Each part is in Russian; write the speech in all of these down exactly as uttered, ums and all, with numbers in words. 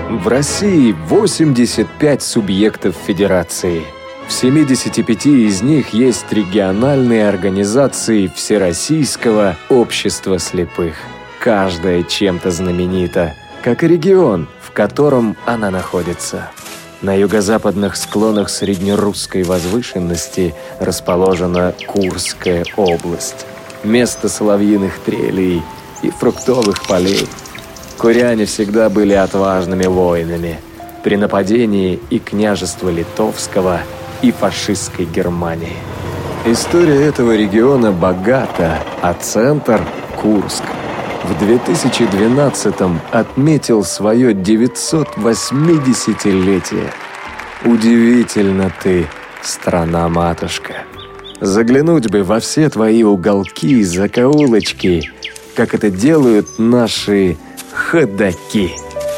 В России восемьдесят пять субъектов федерации. В семидесяти пяти из них есть региональные организации Всероссийского общества слепых. Каждая чем-то знаменита, как и регион, в котором она находится. На юго-западных склонах среднерусской возвышенности расположена Курская область. Место соловьиных трелей и фруктовых полей. Куряне всегда были отважными воинами при нападении и княжества Литовского, и фашистской Германии. История этого региона богата, а центр – Курск. В две тысячи двенадцатом отметил свое девятьсот восьмидесятилетие. Удивительно ты, страна-матушка. Заглянуть бы во все твои уголки и закоулочки, как это делают наши ходаки.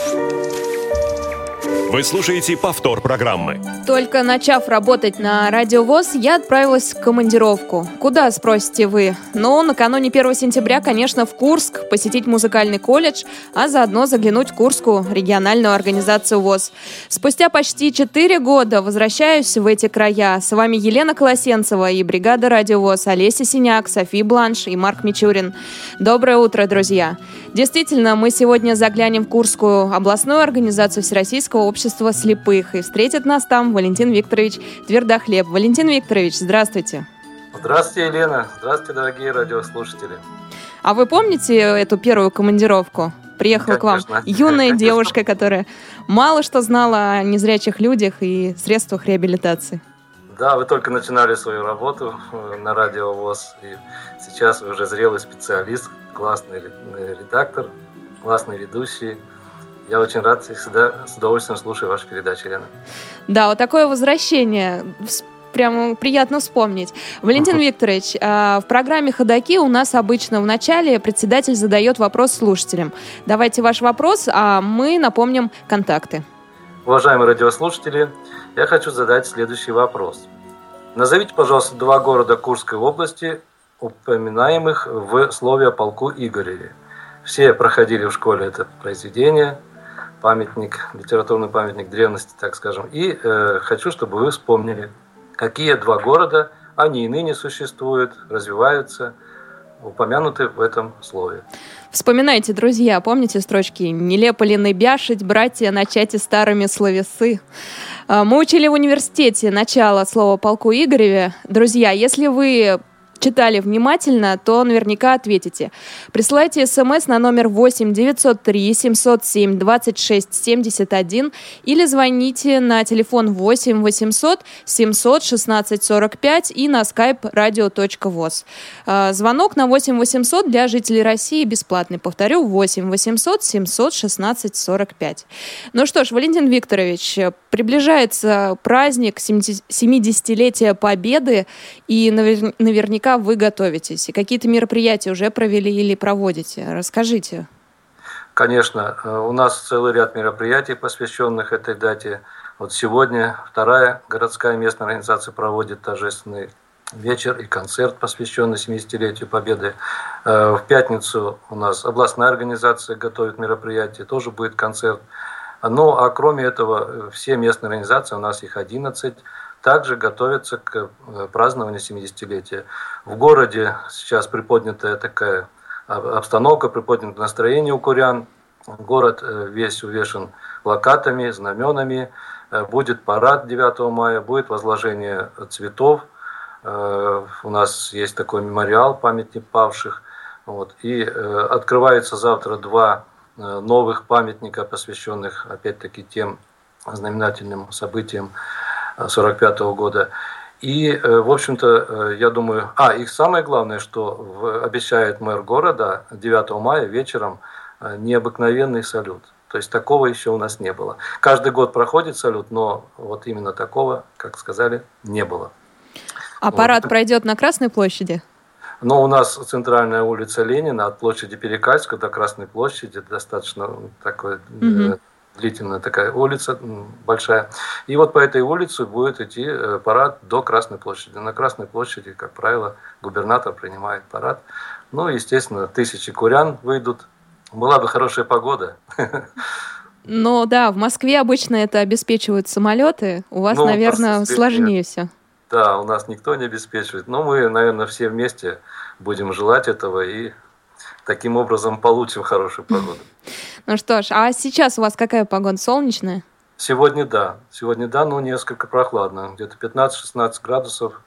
Вы слушаете повтор программы. Только начав работать на Радио ВОС, я отправилась в командировку. Куда, спросите вы? Ну, накануне первого сентября, конечно, в Курск, посетить музыкальный колледж, а заодно заглянуть в Курскую региональную организацию ВОС. Спустя почти четыре года возвращаюсь в эти края. С вами Елена Колосенцева и бригада Радио ВОС, Олеся Синяк, София Бланш и Марк Мичурин. Доброе утро, друзья! Действительно, мы сегодня заглянем в Курскую областную организацию Всероссийского общества слепых, и встретит нас там Валентин Викторович Твердохлеб. Валентин Викторович, здравствуйте. Здравствуйте, Елена. Здравствуйте, дорогие радиослушатели. А вы помните эту первую командировку? Приехала Конечно. к вам юная Конечно. девушка, которая мало что знала о незрячих людях и средствах реабилитации. Да, вы только начинали свою работу на Радио ВОС, и сейчас вы уже зрелый специалист, классный редактор, классный ведущий. Я очень рад и всегда с удовольствием слушаю ваши передачи, Елена. Да, вот такое возвращение прямо приятно вспомнить. Валентин Викторович, в программе «Ходаки» у нас обычно в начале председатель задает вопрос слушателям. Давайте ваш вопрос, а мы напомним контакты. Уважаемые радиослушатели, я хочу задать следующий вопрос. Назовите, пожалуйста, два города Курской области, упоминаемых в слове о полку Игореве. Все проходили в школе это произведение, памятник, литературный памятник древности, так скажем. И э, хочу, чтобы вы вспомнили, какие два города, они и ныне существуют, развиваются, упомянуты в этом слове. Вспоминайте, друзья, помните строчки «Нелепо ли набяшить, братья, начать и старыми словесы». Мы учили в университете начало слова «полку Игореве». Друзья, если вы читали внимательно, то наверняка ответите. Присылайте смс на номер восемь девятьсот три семьсот семь двадцать шесть семьдесят один или звоните на телефон восемь восемьсот семьсот шестнадцать сорок пять и на skype radio.voz. Звонок на восемь восемьсот для жителей России бесплатный. Повторю, восемь восемьсот семьсот шестнадцать сорок пять. Ну что ж, Валентин Викторович, приближается праздник семидесятилетия Победы, и наверняка вы готовитесь, и какие-то мероприятия уже провели или проводите. Расскажите. Конечно, у нас целый ряд мероприятий, посвященных этой дате. Вот сегодня вторая городская местная организация проводит торжественный вечер и концерт, посвященный семидесятилетию Победы. В пятницу у нас областная организация готовит мероприятие, тоже будет концерт. Ну, а кроме этого, все местные организации, у нас их одиннадцать, также готовятся к празднованию семидесятилетия. В городе сейчас приподнятая такая обстановка, приподнятое настроение у курян. Город весь увешан плакатами, знаменами. Будет парад девятого мая, будет возложение цветов. У нас есть такой мемориал, памятник павших. Вот. И открываются завтра два новых памятника, посвященных опять-таки тем знаменательным событиям сорок пятого года. И, в общем-то, я думаю... А, и самое главное, что обещает мэр города девятого мая вечером необыкновенный салют. То есть такого еще у нас не было. Каждый год проходит салют, но вот именно такого, как сказали, не было. А парад вот пройдет на Красной площади? Но у нас центральная улица Ленина от площади Перекальска до Красной площади, достаточно такой... Mm-hmm. длительная такая улица, большая. И вот по этой улице будет идти парад до Красной площади. На Красной площади, как правило, губернатор принимает парад. Ну, естественно, тысячи курян выйдут. Была бы хорошая погода. Ну да, в Москве обычно это обеспечивают самолеты. У вас, Ну, наверное, нас сложнее все. Да, у нас никто не обеспечивает. Но мы, наверное, все вместе будем желать этого и таким образом получим хорошую погоду. Ну что ж, а сейчас у вас какая погода? Солнечная? Сегодня да. Сегодня да, но несколько прохладно. Где-то пятнадцать-шестнадцать градусов.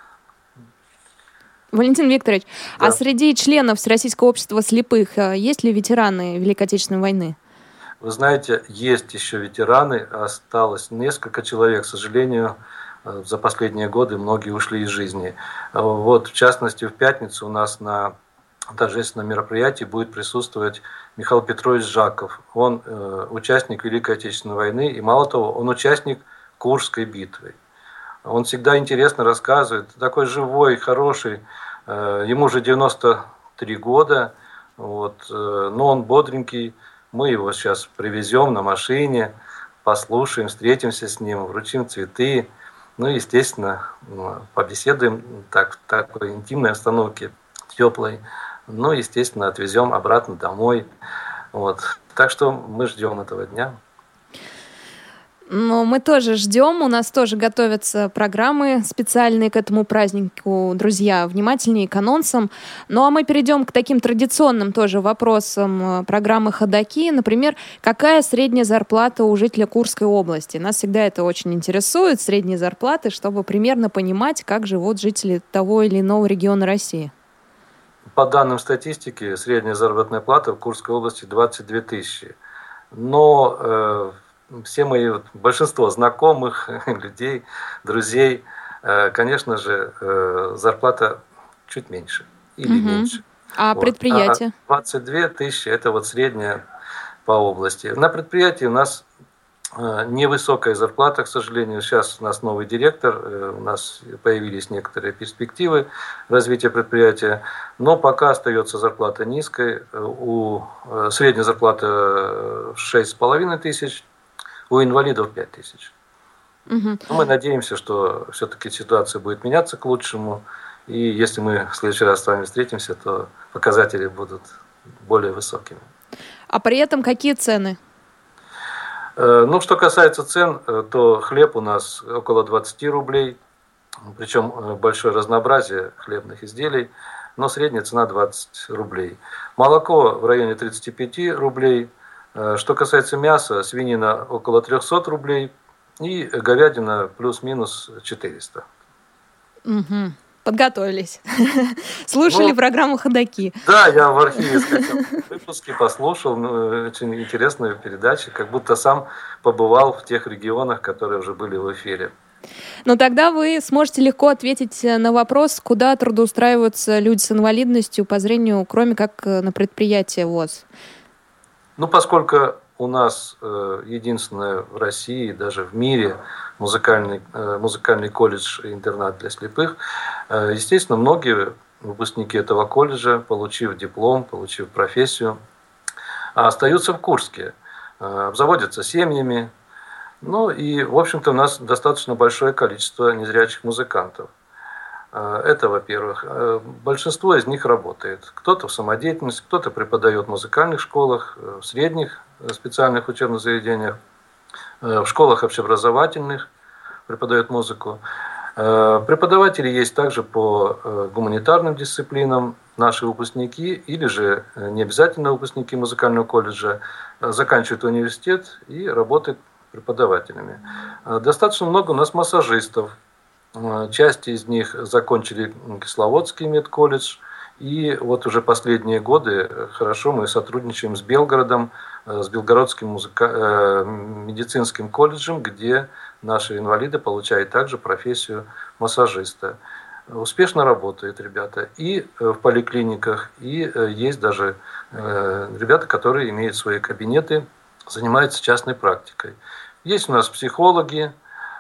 Валентин Викторович, Да. а среди членов Всероссийского общества слепых э, есть ли ветераны Великой Отечественной войны? Вы знаете, есть еще ветераны. Осталось несколько человек, к сожалению. За последние годы многие ушли из жизни. Вот, в частности, в пятницу у нас на торжественном мероприятии будет присутствовать Михаил Петрович Жаков. Он э, участник Великой Отечественной войны, и мало того, он участник Курской битвы. Он всегда интересно рассказывает, такой живой, хороший, э, ему уже девяносто три года, вот, э, но он бодренький. Мы его сейчас привезем на машине, послушаем, встретимся с ним, вручим цветы. Ну, естественно, побеседуем так, в такой интимной обстановке, теплой. Ну, естественно, отвезем обратно домой. Вот. Так что мы ждем этого дня. Ну, мы тоже ждем, у нас тоже готовятся программы специальные к этому празднику. Друзья, внимательнее к анонсам. Ну, а мы перейдем к таким традиционным тоже вопросам программы «Ходоки». Например, какая средняя зарплата у жителя Курской области? Нас всегда это очень интересует, средние зарплаты, чтобы примерно понимать, как живут жители того или иного региона России. По данным статистики, средняя заработная плата в Курской области двадцать две тысячи. Но э, все мои, большинство знакомых, людей, друзей, э, конечно же, э, зарплата чуть меньше или Угу. меньше. А Вот. предприятие? А двадцать две тысячи – это вот средняя по области. На предприятии у нас э, невысокая зарплата, к сожалению. Сейчас у нас новый директор, э, у нас появились некоторые перспективы развития предприятия, но пока остается зарплата низкой. У э, средняя зарплата шесть с половиной тысяч, у инвалидов пять тысяч. Угу. Мы надеемся, что все-таки ситуация будет меняться к лучшему. И если мы в следующий раз с вами встретимся, то показатели будут более высокими. А при этом какие цены? Ну, что касается цен, то хлеб у нас около двадцать рублей, причем большое разнообразие хлебных изделий, но средняя цена двадцать рублей. Молоко в районе тридцать пять рублей. Что касается мяса, свинина около триста рублей и говядина плюс-минус четыреста. Угу. Подготовились. Слушали Ну, программу «Ходоки». Да, я в архиве скачал выпуски, послушал, ну, очень интересную передачу, как будто сам побывал в тех регионах, которые уже были в эфире. Но тогда вы сможете легко ответить на вопрос, куда трудоустраиваются люди с инвалидностью по зрению, кроме как на предприятие ВОС. Ну, поскольку у нас э, единственное в России, даже в мире, музыкальный, э, музыкальный колледж-интернат для слепых, э, естественно, многие выпускники этого колледжа, получив диплом, получив профессию, остаются в Курске, э, обзаводятся семьями. Ну и, в общем-то, у нас достаточно большое количество незрячих музыкантов. Это, во-первых. Большинство из них работает. Кто-то в самодеятельности, кто-то преподает в музыкальных школах, в средних специальных учебных заведениях, в школах общеобразовательных преподает музыку. Преподаватели есть также по гуманитарным дисциплинам. Наши выпускники или же не обязательно выпускники музыкального колледжа заканчивают университет и работают преподавателями. Достаточно много у нас массажистов. Часть из них закончили Кисловодский медколледж. И вот уже последние годы хорошо мы сотрудничаем с Белгородом, с Белгородским музыка... медицинским колледжем, где наши инвалиды получают также профессию массажиста. Успешно работают ребята и в поликлиниках, и есть даже ребята, которые имеют свои кабинеты, занимаются частной практикой. Есть у нас психологи,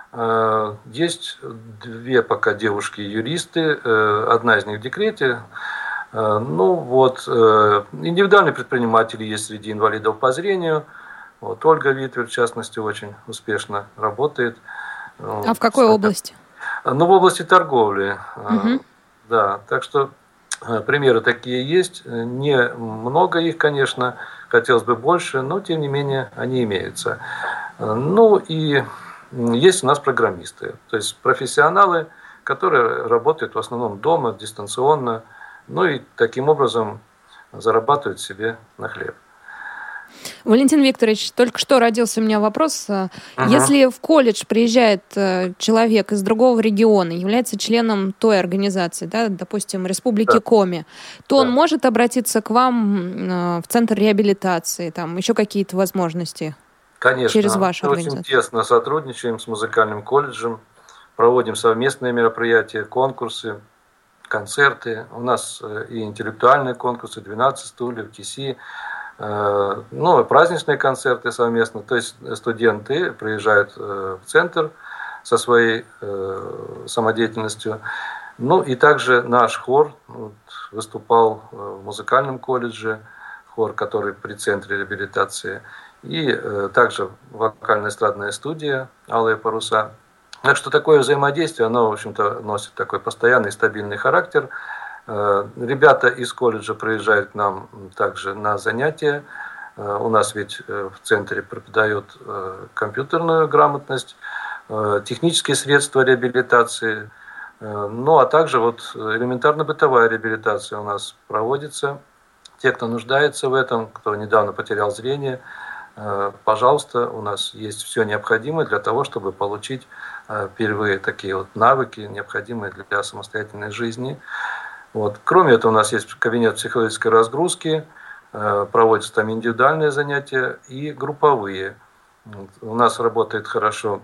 есть две пока девушки-юристы, одна из них в декрете. Ну вот, индивидуальные предприниматели есть среди инвалидов по зрению. Вот, Ольга Витвер, в частности, очень успешно работает. А в какой области? Ну, в области торговли. Угу. Да, так что примеры такие есть. Не много их, конечно. хотелось бы больше, но тем не менее они имеются. Ну и есть у нас программисты, то есть профессионалы, которые работают в основном дома, дистанционно, ну и таким образом зарабатывают себе на хлеб. Валентин Викторович, только что родился у меня вопрос. Uh-huh. Если в колледж приезжает человек из другого региона, является членом той организации, да, допустим, Республики да. Коми, то да. он может обратиться к вам в Центр реабилитации, там еще какие-то возможности? Конечно. Через вашу Мы организацию? очень тесно сотрудничаем с музыкальным колледжем, проводим совместные мероприятия, конкурсы, концерты. У нас и интеллектуальные конкурсы, двенадцать стульев, КИСИ, ну, праздничные концерты совместно. То есть студенты приезжают в центр со своей самодеятельностью. Ну и также наш хор выступал в музыкальном колледже, хор, который при Центре реабилитации. И также вокально-эстрадная студия «Алые паруса». Так что такое взаимодействие, оно, в общем-то, носит такой постоянный стабильный характер. Ребята из колледжа приезжают к нам также на занятия. У нас ведь в центре преподают компьютерную грамотность, технические средства реабилитации, ну а также вот элементарно-бытовая реабилитация у нас проводится. Те, кто нуждается в этом, кто недавно потерял зрение, пожалуйста, у нас есть все необходимое для того, чтобы получить первые такие вот навыки, необходимые для самостоятельной жизни. Вот. Кроме этого, у нас есть кабинет психологической разгрузки, проводятся там индивидуальные занятия и групповые. У нас работает хорошо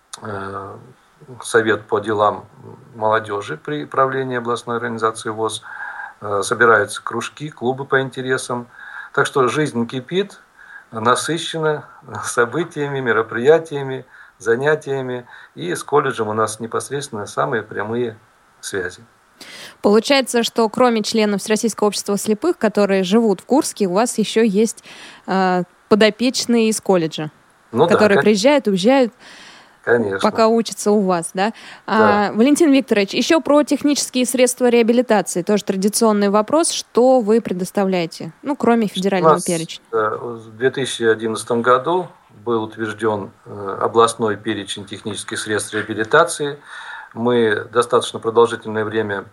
совет по делам молодежи при правлении областной организации ВОС. Собираются кружки, клубы по интересам. Так что жизнь кипит, насыщена событиями, мероприятиями, занятиями. И с колледжем у нас непосредственно самые прямые связи. Получается, что кроме членов Всероссийского общества слепых, которые живут в Курске, у вас еще есть э, подопечные из колледжа, ну, которые да, приезжают, уезжают, конечно. Пока учатся у вас, да? Да. А, Валентин Викторович, еще про технические средства реабилитации. Тоже традиционный вопрос. Что вы предоставляете? Ну, кроме федерального перечня. В две тысячи одиннадцатом году был утвержден областной перечень технических средств реабилитации. Мы достаточно продолжительное время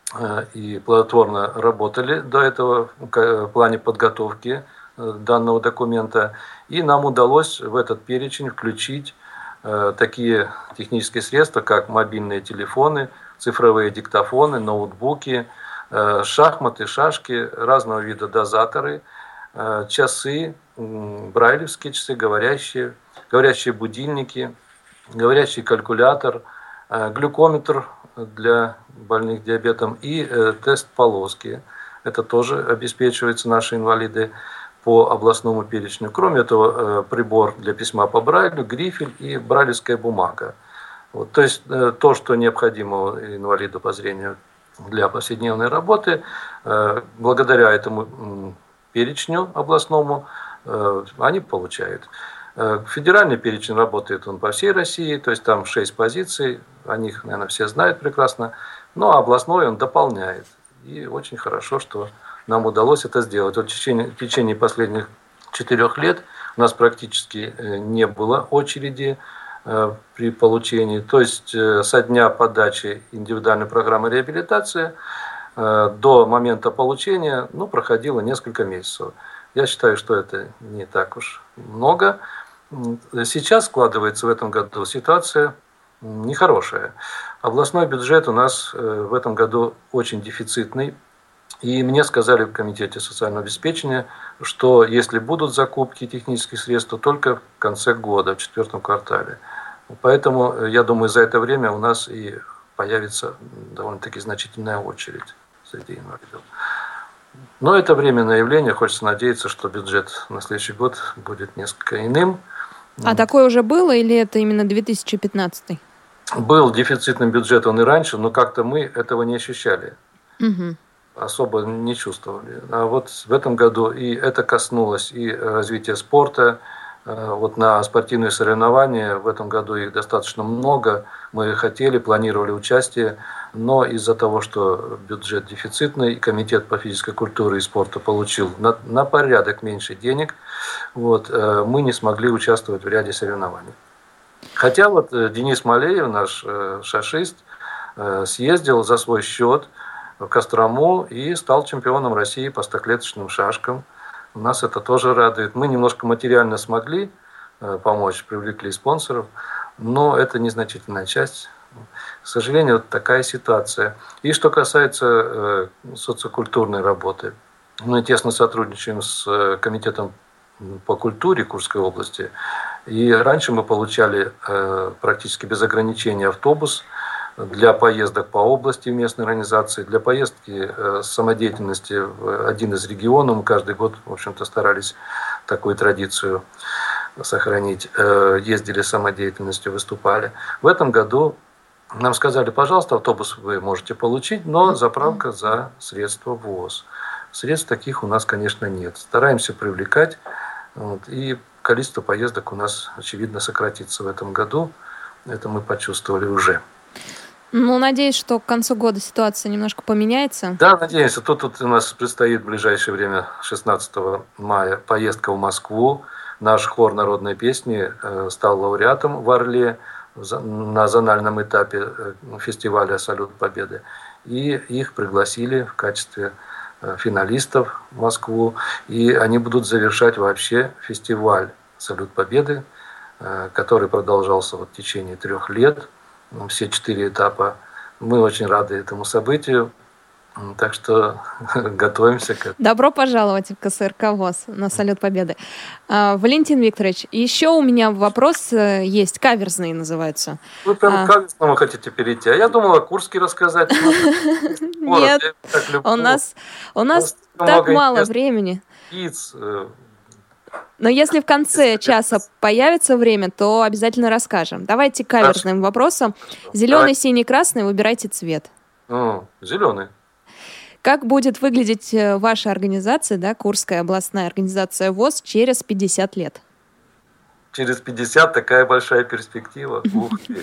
и плодотворно работали до этого в плане подготовки данного документа. И нам удалось в этот перечень включить такие технические средства, как мобильные телефоны, цифровые диктофоны, ноутбуки, шахматы, шашки, разного вида дозаторы, часы, брайлевские часы, говорящие, говорящие будильники, говорящий калькулятор, глюкометр для больных диабетом и тест полоски. Это тоже обеспечиваются наши инвалиды по областному перечню. Кроме этого, прибор для письма по Брайлю, грифель и брайлевская бумага. Вот, то есть то, что необходимо инвалиду по зрению для повседневной работы, благодаря этому перечню областному они получают. Федеральный перечень работает он по всей России, то есть там шесть позиций, о них, наверное, все знают прекрасно, но областной он дополняет. И очень хорошо, что нам удалось это сделать. Вот в течение, в течение последних четырех лет у нас практически не было очереди э, при получении. То есть э, со дня подачи индивидуальной программы реабилитации э, до момента получения ну, проходило несколько месяцев. Я считаю, что это не так уж много. Сейчас складывается в этом году ситуация нехорошая. Областной бюджет у нас в этом году очень дефицитный. И мне сказали в Комитете социального обеспечения, что если будут закупки технических средств, то только в конце года, в четвертом квартале. Поэтому, я думаю, за это время у нас и появится довольно-таки значительная очередь среди инвалидов. Но это временное явление. Хочется надеяться, что бюджет на следующий год будет несколько иным. А такое уже было или это именно две тысячи пятнадцатый? Был дефицитный бюджет он и раньше, но как-то мы этого не ощущали. Угу. Особо не чувствовали. А вот в этом году и это коснулось и развития спорта, вот на спортивные соревнования. В этом году их достаточно много. Мы хотели, планировали участие, но из-за того, что бюджет дефицитный, Комитет по физической культуре и спорту получил на, на порядок меньше денег, вот, мы не смогли участвовать в ряде соревнований. Хотя вот Денис Малеев, наш шашист, съездил за свой счет в Кострому и стал чемпионом России по стоклеточным шашкам. Нас это тоже радует. Мы немножко материально смогли помочь, привлекли спонсоров, но это незначительная часть. К сожалению, вот такая ситуация. И что касается социокультурной работы, мы тесно сотрудничаем с Комитетом по культуре Курской области. И раньше мы получали практически без ограничений автобус для поездок по области в местной организации, для поездки самодеятельности в один из регионов. Мы каждый год, в общем-то, старались такую традицию сохранить. Ездили самодеятельностью, выступали. В этом году нам сказали, пожалуйста, автобус вы можете получить, но заправка за средства ВОЗ. Средств таких у нас, конечно, нет. Стараемся привлекать, вот, и количество поездок у нас, очевидно, сократится в этом году. Это мы почувствовали уже. Ну, надеюсь, что к концу года ситуация немножко поменяется. Да, надеемся. Тут, тут у нас предстоит в ближайшее время, шестнадцатого мая, поездка в Москву. Наш хор народной песни стал лауреатом в Орле на зональном этапе фестиваля «Салют Победы». И их пригласили в качестве финалистов в Москву. И они будут завершать вообще фестиваль «Салют Победы», который продолжался вот в течение трех лет. Все четыре этапа. Мы очень рады этому событию. Так что готовимся к этому. Добро пожаловать в КСРК ВОС на Салют Победы. А, Валентин Викторович, еще у меня вопрос есть, каверзный называется. Вы прям а... к каверзному хотите перейти? А я думала, Курский рассказать. Нет, у нас у нас так мало времени. Но если в конце часа появится время, то обязательно расскажем. Давайте к каверзным вопросам. Зеленый, синий, красный, выбирайте цвет. Ну, зеленый. Как будет выглядеть ваша организация, да, Курская областная организация ВОС, через пятьдесят лет? Через пятьдесят такая большая перспектива. Ух ты.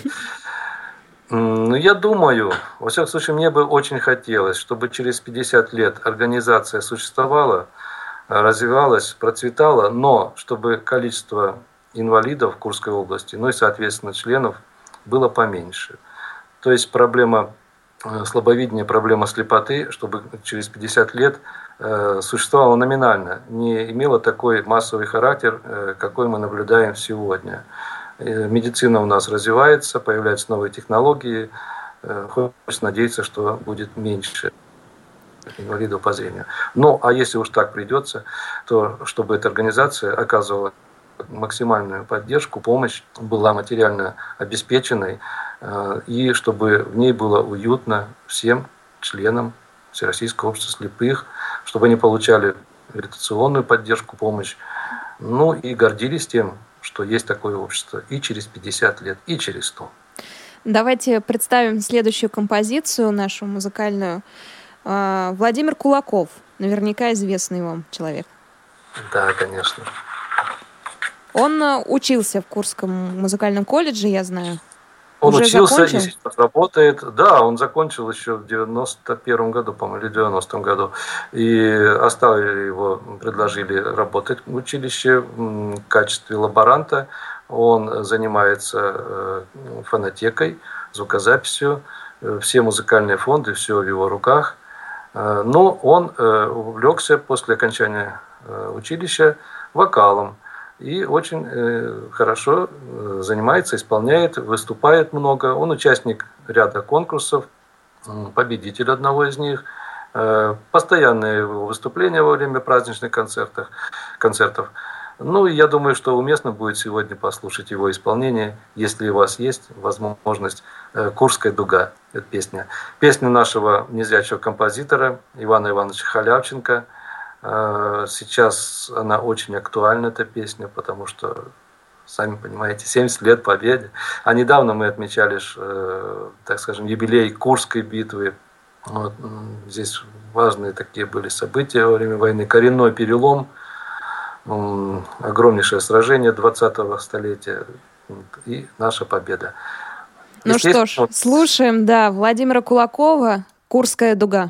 Ну, я думаю, во всяком случае, мне бы очень хотелось, чтобы через пятьдесят лет организация существовала, развивалась, процветала, но чтобы количество инвалидов в Курской области, ну и, соответственно, членов, было поменьше. То есть проблема слабовидения, проблема слепоты, чтобы через пятьдесят лет э, существовала номинально, не имела такой массовый характер, э, какой мы наблюдаем сегодня. Э, медицина у нас развивается, появляются новые технологии, э, хочется надеяться, что будет меньше инвалидов по зрению. Ну, а если уж так придется, то чтобы эта организация оказывала максимальную поддержку, помощь, была материально обеспеченной, и чтобы в ней было уютно всем членам Всероссийского общества слепых, чтобы они получали реабилитационную поддержку, помощь, ну и гордились тем, что есть такое общество и через пятьдесят лет, и через сто. Давайте представим следующую композицию, нашу музыкальную. Владимир Кулаков, наверняка известный вам человек. Да, конечно. Он учился в Курском музыкальном колледже, я знаю. Он Уже учился закончил? И сейчас работает. Да, он закончил еще в девяносто первом году, по-моему, или в девяностом году. И оставили его, предложили работать в училище в качестве лаборанта. Он занимается фонотекой, звукозаписью. Все музыкальные фонды, все в его руках. Но он увлекся после окончания училища вокалом. И очень э, хорошо занимается, исполняет, выступает много. Он участник ряда конкурсов, победитель одного из них. Э, постоянные его выступления во время праздничных концертов. концертов. Ну, и я думаю, что уместно будет сегодня послушать его исполнение, если у вас есть возможность. э, «Курская дуга» – это песня. Песня нашего незрячего композитора Ивана Ивановича Халявченко. Сейчас она очень актуальна, эта песня, потому что, сами понимаете, семьдесят лет Победы. А недавно мы отмечали, так скажем, юбилей Курской битвы. Вот, здесь важные такие были события во время войны. Коренной перелом огромнейшее сражение двадцатого столетия и наша победа. Ну что ж, слушаем, да, Владимира Кулакова «Курская дуга».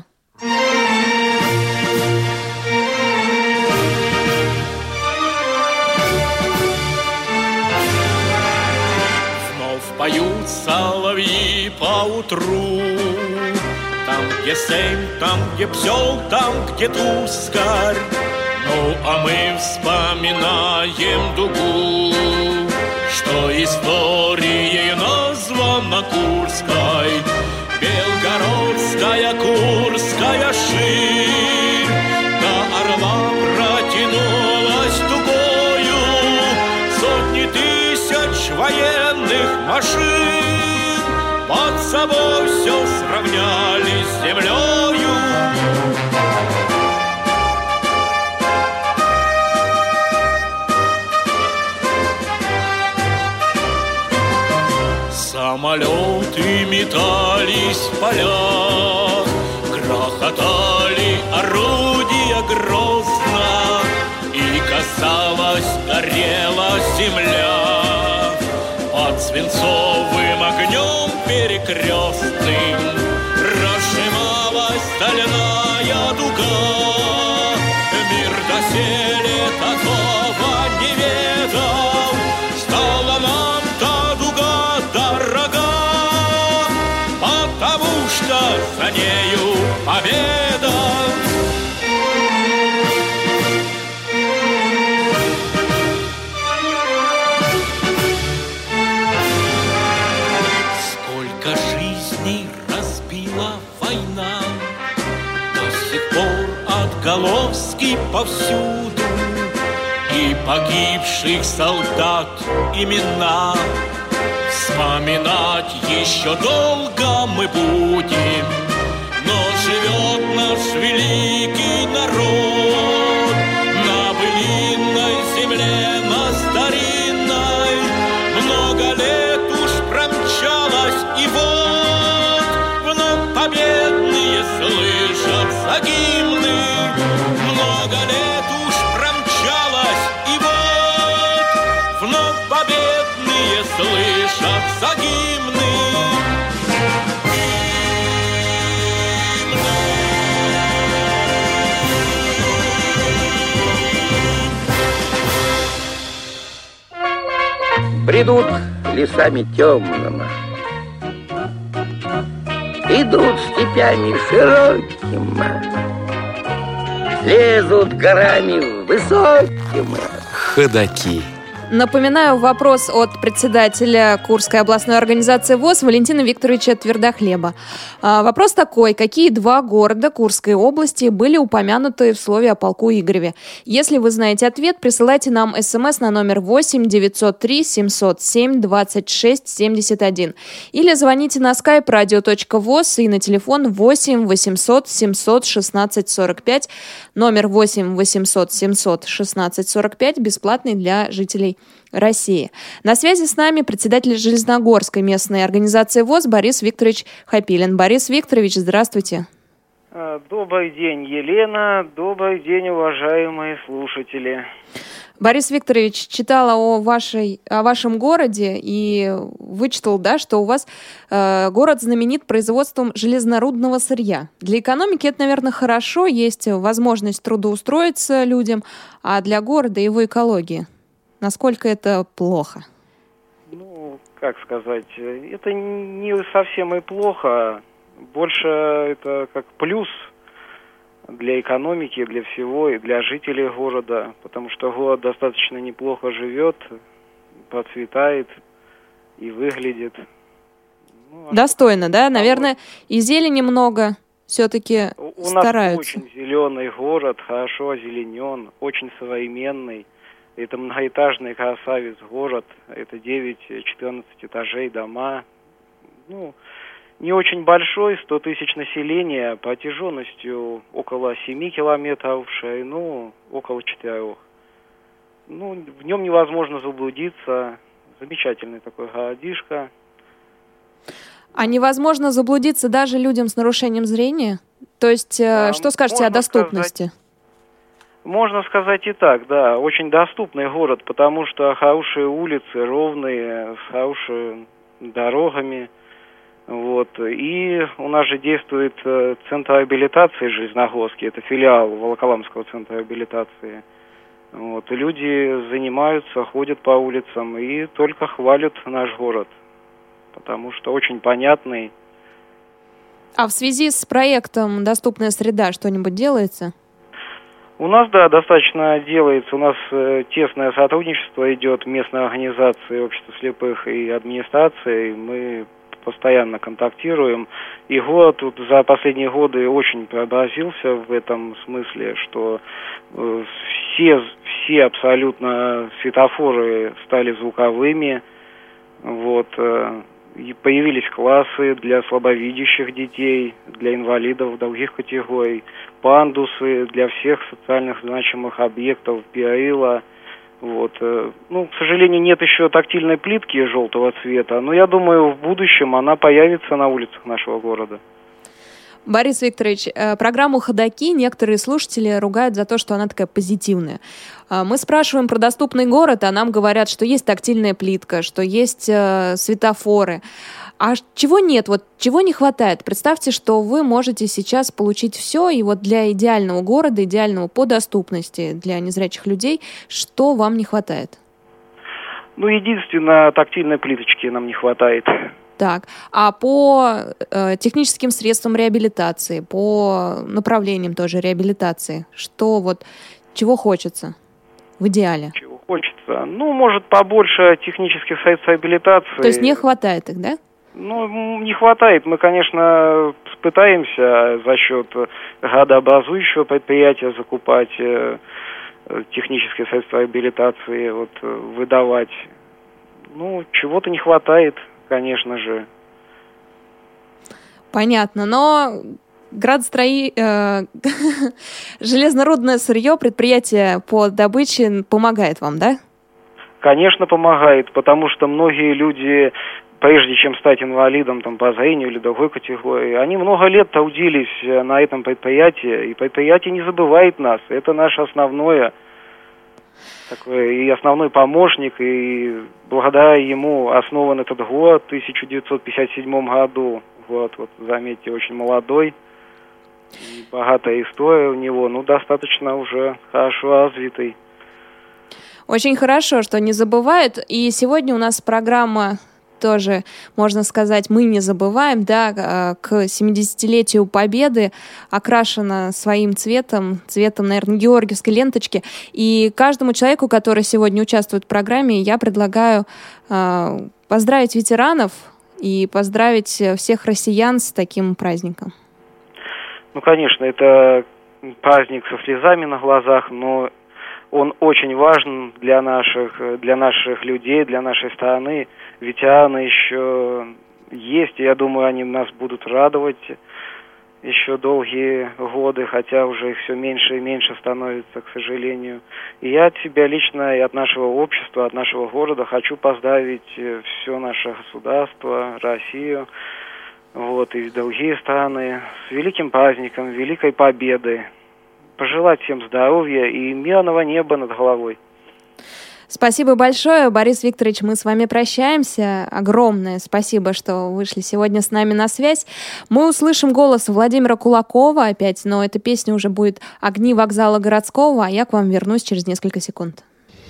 Вновь поют соловьи поутру, там, где Сейм, там, где Псел, там, где Тускарь. Ну, а мы вспоминаем дугу, что историей названа Курской. Белгородская, Курская ширь до Орла протянулась дугою. Сотни тысяч военных машин под собой все сравняли с землею. Самолеты метались в полях, грохотали орудия грозно, и, казалось, горела земля под свинцовым огнем перекрестным. Разжималась стальная дуга, мир доселе такого не ведал. Стала нам та дуга дорога, потому что за нею победа. Сколько жизней разбила война, до сих пор отголоски повсюду, и погибших солдат имена вспоминать еще долго мы будем. Но живет наш великий народ на былинной земле, на старинной. Много лет уж промчалось, и вот вновь победные слышатся гимны. Много лет уж промчалось, и вот вновь победные слышатся гимны. Бредут лесами темными, идут степями широкими, лезут горами высокими. Ходаки. Напоминаю, вопрос от председателя Курской областной организации ВОС Валентина Викторовича Твердохлеба. А, вопрос такой. Какие два города Курской области были упомянуты в слове о полку Игореве? Если вы знаете ответ, присылайте нам смс на номер восемь девятьсот три семьсот семь двадцать шесть семьдесят один или звоните на skype radio точка voz и на телефон восемь восемьсот семьсот шестнадцать сорок пять, номер восемь восемьсот семьсот шестнадцать сорок пять, бесплатный для жителей России. На связи с нами председатель Железногорской местной организации ВОС Борис Викторович Хапилин. Борис Викторович, здравствуйте. Добрый день, Елена. Добрый день, уважаемые слушатели. Борис Викторович, читала о, вашей, о вашем городе и вычитал, да, что у вас э, город знаменит производством железнорудного сырья. Для экономики это, наверное, хорошо, есть возможность трудоустроиться людям, а для города и его экологии насколько это плохо? Ну, как сказать, это не совсем и плохо, больше это как плюс для экономики, для всего, и для жителей города, потому что город достаточно неплохо живет, процветает и выглядит. Ну, а достойно, да? Наверное, и зелени много все-таки у стараются. У нас очень зеленый город, хорошо озеленен, очень современный. Это многоэтажный красавец город, это девять-четырнадцать этажей, дома. Ну, не очень большой, сто тысяч населения, протяженностью около семи километров, в ширину около четырех. Ну, в нем невозможно заблудиться. Замечательный такой городишко. А невозможно заблудиться даже людям с нарушением зрения? То есть, а, что скажете о доступности? Сказать, Можно сказать и так, да. Очень доступный город, потому что хорошие улицы, ровные, с хорошими дорогами. Вот. И у нас же действует центр реабилитации Железногорский, это филиал Волоколамского центра реабилитации. Вот. И люди занимаются, ходят по улицам и только хвалят наш город, потому что очень понятный. А в связи с проектом «Доступная среда» что-нибудь делается? У нас, да, достаточно делается. У нас э, тесное сотрудничество идет местной организации общества слепых и администрации. Мы постоянно контактируем. И город тут за последние годы очень преобразился в этом смысле, что э, все, все абсолютно светофоры стали звуковыми. Вот. Э, и появились классы для слабовидящих детей, для инвалидов других категорий, пандусы для всех социальных значимых объектов, биоила. Вот. Ну, к сожалению, нет еще тактильной плитки желтого цвета, но я думаю, в будущем она появится на улицах нашего города. Борис Викторович, программу «Ходоки» некоторые слушатели ругают за то, что она такая позитивная. Мы спрашиваем про доступный город, а нам говорят, что есть тактильная плитка, что есть э, светофоры. А чего нет? Вот чего не хватает? Представьте, что вы можете сейчас получить все, и вот для идеального города, идеального по доступности для незрячих людей, что вам не хватает? Ну, единственное, тактильной плиточки нам не хватает. Так, а по э, техническим средствам реабилитации, по направлениям тоже реабилитации, что вот, чего хочется в идеале? Чего хочется? Ну, может, побольше технических средств реабилитации. То есть не хватает их, да? Ну, не хватает. Мы, конечно, пытаемся за счет градообразующего предприятия закупать э, технические средства реабилитации, вот, выдавать. Ну, чего-то не хватает. Конечно же. Понятно, но градострои... Э, железнорудное сырье, предприятие по добыче помогает вам, да? Конечно, помогает, потому что многие люди, прежде чем стать инвалидом там, по зрению или другой категории, они много лет трудились на этом предприятии, и предприятие не забывает нас. Это наше основное такой и основной помощник, и благодаря ему основан этот город в тысяча девятьсот пятьдесят седьмом году. Город, вот, заметьте, очень молодой, и богатая история у него, ну, достаточно уже хорошо развитый. Очень хорошо, что не забывают, и сегодня у нас программа тоже, можно сказать, мы не забываем, да, к семидесятилетию Победы окрашена своим цветом, цветом, наверное, георгиевской ленточки. И каждому человеку, который сегодня участвует в программе, я предлагаю э, поздравить ветеранов и поздравить всех россиян с таким праздником. Ну, конечно, это праздник со слезами на глазах, но он очень важен для наших, для наших людей, для нашей страны. Ветераны еще есть, и я думаю, они нас будут радовать еще долгие годы, хотя уже их все меньше и меньше становится, к сожалению. И я от себя лично и от нашего общества, от нашего города хочу поздравить все наше государство, Россию, вот, и другие страны с великим праздником, Великой Победы. Пожелать всем здоровья и мирного неба над головой. Спасибо большое, Борис Викторович, мы с вами прощаемся. Огромное спасибо, что вышли сегодня с нами на связь. Мы услышим голос Владимира Кулакова опять, но эта песня уже будет «Огни вокзала городского», а я к вам вернусь через несколько секунд.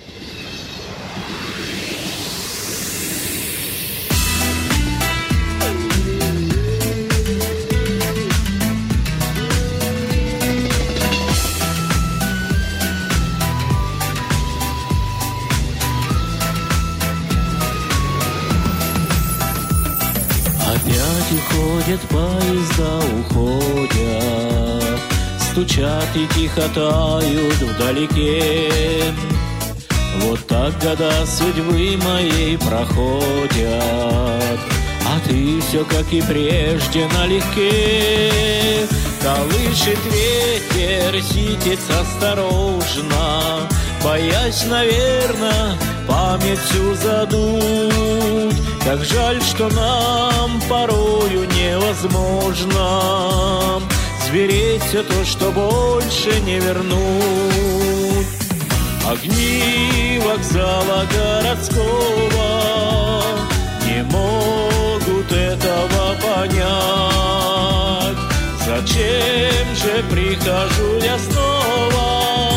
Опять уходят поезда, уходят, стучат и тихо тают вдалеке. Вот так года судьбы моей проходят, а ты все, как и прежде, налегке. Колышет ветер, ситец осторожно, боясь, наверно, память всю задуть. Как жаль, что нам порою невозможно Звереть все то, что больше не вернуть. Огни вокзала городского не могут этого понять. Зачем же прихожу я снова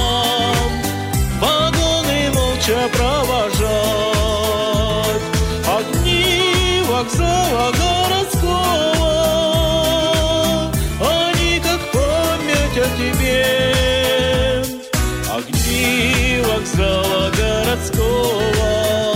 вагоны молча провожать? Огни вокзала городского, они как память о тебе. Огни вокзала городского,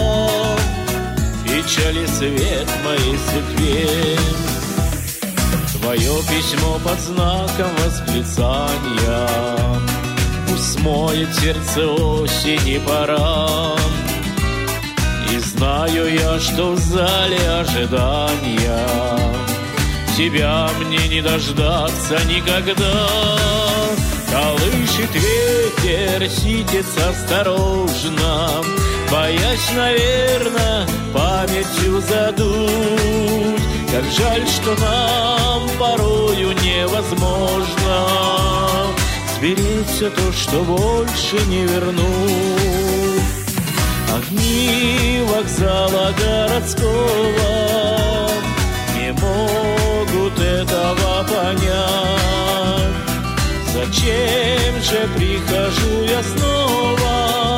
печали свет моей судьбе. Твое письмо под знаком восклицания пусть смоет сердце осени пора. И знаю я, что в зале ожидания тебя мне не дождаться никогда. Колышет ветер, ситец осторожно, боясь, наверно, памятью задуть. Как жаль, что нам порою невозможно сберечь все то, что больше не вернуть. Огни вокзала городского не могут этого понять. Зачем же прихожу я снова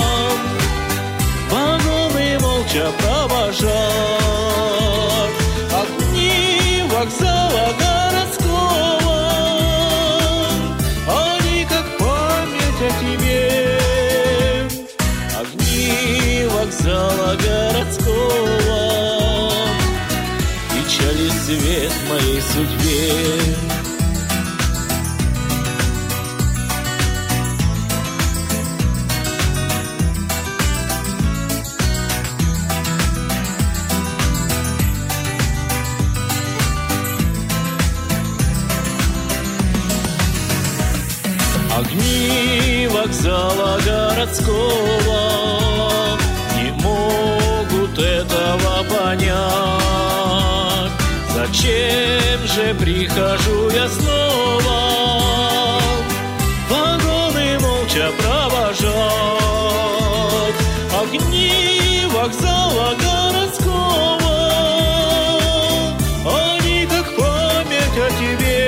вагоны молча провожать? Огни вокзала городского, они как память о тебе. Огни вокзала городского, печали свет моей судьбе. Огни вокзала городского не могут этого понять. Зачем же прихожу я снова вагоны молча провожать? Огни вокзала городского, они как память о тебе.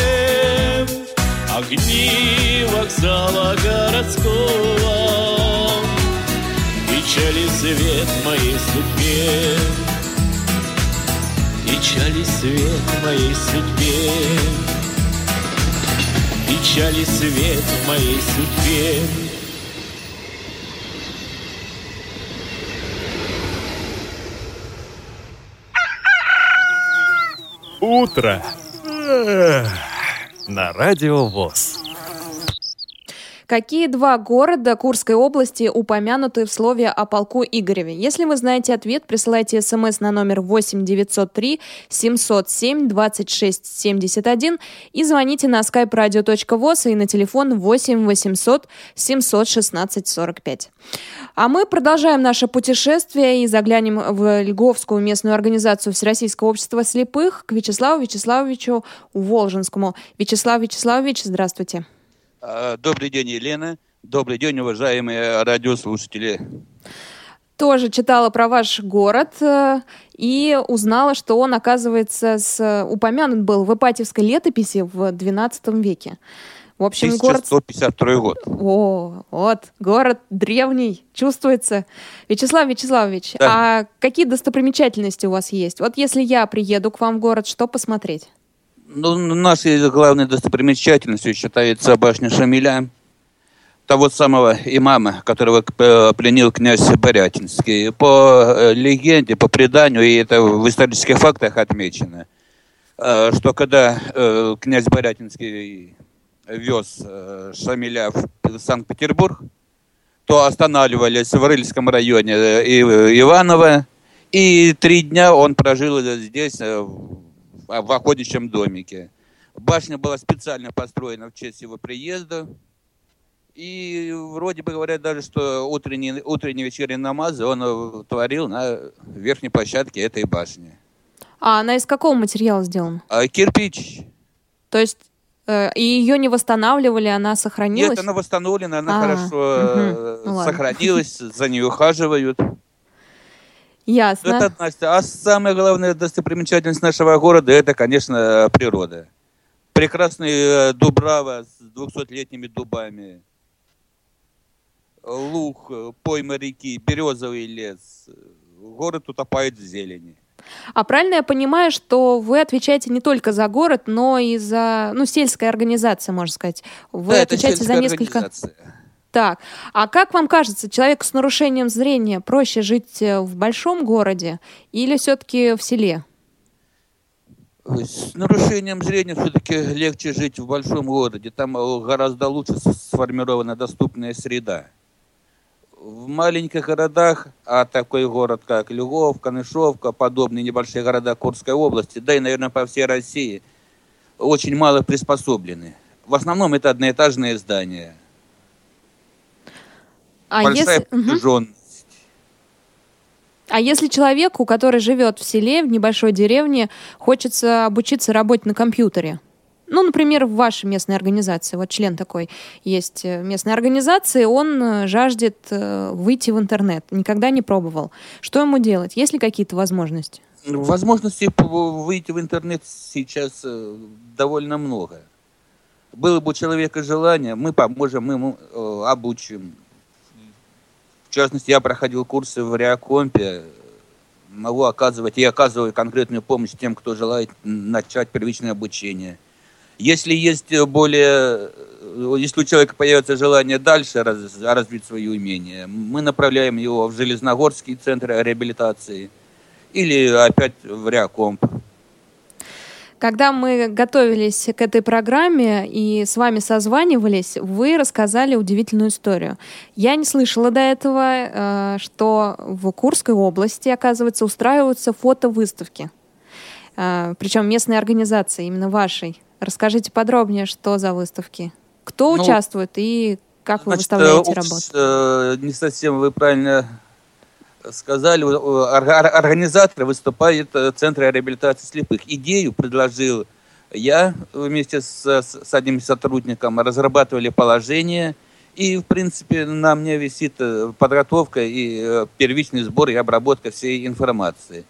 Огни вокзала городского, печали свет моей судьбе. Печали свет моей судьбе. Печали свет моей судьбе. Утро на Радио ВОС. Какие два города Курской области упомянуты в слове о полку Игореве? Если вы знаете ответ, присылайте смс на номер восемь девятьсот три семьсот семь двадцать шесть семьдесят один и звоните на skype radio точка voz и на телефон восемь восемьсот семьсот шестнадцать сорок пять. А мы продолжаем наше путешествие и заглянем в Льговскую местную организацию Всероссийского общества слепых к Вячеславу Вячеславовичу Волжинскому. Вячеслав Вячеславович, здравствуйте. Добрый день, Елена. Добрый день, уважаемые радиослушатели. Тоже читала про ваш город и узнала, что он, оказывается, с... упомянут был в Ипатьевской летописи в двенадцатом веке. В общем, тысяча сто пятьдесят второй город... год. О, вот, город древний, чувствуется. Вячеслав Вячеславович, да. А какие достопримечательности у вас есть? Вот если я приеду к вам в город, что посмотреть? Ну, нашей главной достопримечательностью считается башня Шамиля, того самого имама, которого пленил князь Борятинский. По легенде, по преданию, и это в исторических фактах отмечено, что когда князь Борятинский вез Шамиля в Санкт-Петербург, то останавливались в Рыльском районе Иваново, и три дня он прожил здесь, в охотничьем домике. Башня была специально построена в честь его приезда. И вроде бы говорят даже, что утренние, утренние вечерние намазы он творил на верхней площадке этой башни. А она из какого материала сделана? А, кирпич. То есть И ее не восстанавливали, она сохранилась? Нет, она восстановлена, она А, хорошо угу. сохранилась, за ней ухаживают. Ясно. Это одна. А самая главная достопримечательность нашего города – это, конечно, природа. Прекрасный Дубрава с двухсотлетними дубами, луг, пойма реки, березовый лес. Город утопает в зелени. А правильно я понимаю, что вы отвечаете не только за город, но и за, ну, сельская организация, можно сказать. Вы да, отвечаете это за несколько. Организация. Так, а как вам кажется, человеку с нарушением зрения проще жить в большом городе или все-таки в селе? С нарушением зрения все-таки легче жить в большом городе. Там гораздо лучше сформирована доступная среда. В маленьких городах, а такой город, как Львов, Канышовка, подобные небольшие города Курской области, да и, наверное, по всей России, очень мало приспособлены. В основном это одноэтажные здания. А Большая если... протяженность. А если человеку, который живет в селе, в небольшой деревне, хочется обучиться работать на компьютере? Ну, например, в вашей местной организации, вот член такой есть местной организации, он жаждет выйти в интернет, никогда не пробовал. Что ему делать? Есть ли какие-то возможности? Возможностей выйти в интернет сейчас довольно много. Было бы у человека желание, мы поможем, мы ему обучим. В частности, я проходил курсы в Реакомпе, могу оказывать и оказываю конкретную помощь тем, кто желает начать первичное обучение. Если есть более, если у человека появится желание дальше раз, развить свои умения, мы направляем его в Железногорский центр реабилитации или опять в Реакомп. Когда мы готовились к этой программе и с вами созванивались, вы рассказали удивительную историю. Я не слышала до этого, что в Курской области, оказывается, устраиваются фотовыставки. Причем местной организации, именно вашей. Расскажите подробнее, что за выставки, кто ну, участвует и как вы значит, выставляете работу. Не совсем вы правильно сказали. Организатор выступает Центр реабилитации слепых. Идею предложил я вместе с, с одним сотрудником. Разрабатывали положение. И, в принципе, на мне висит подготовка и первичный сбор и обработка всей информации.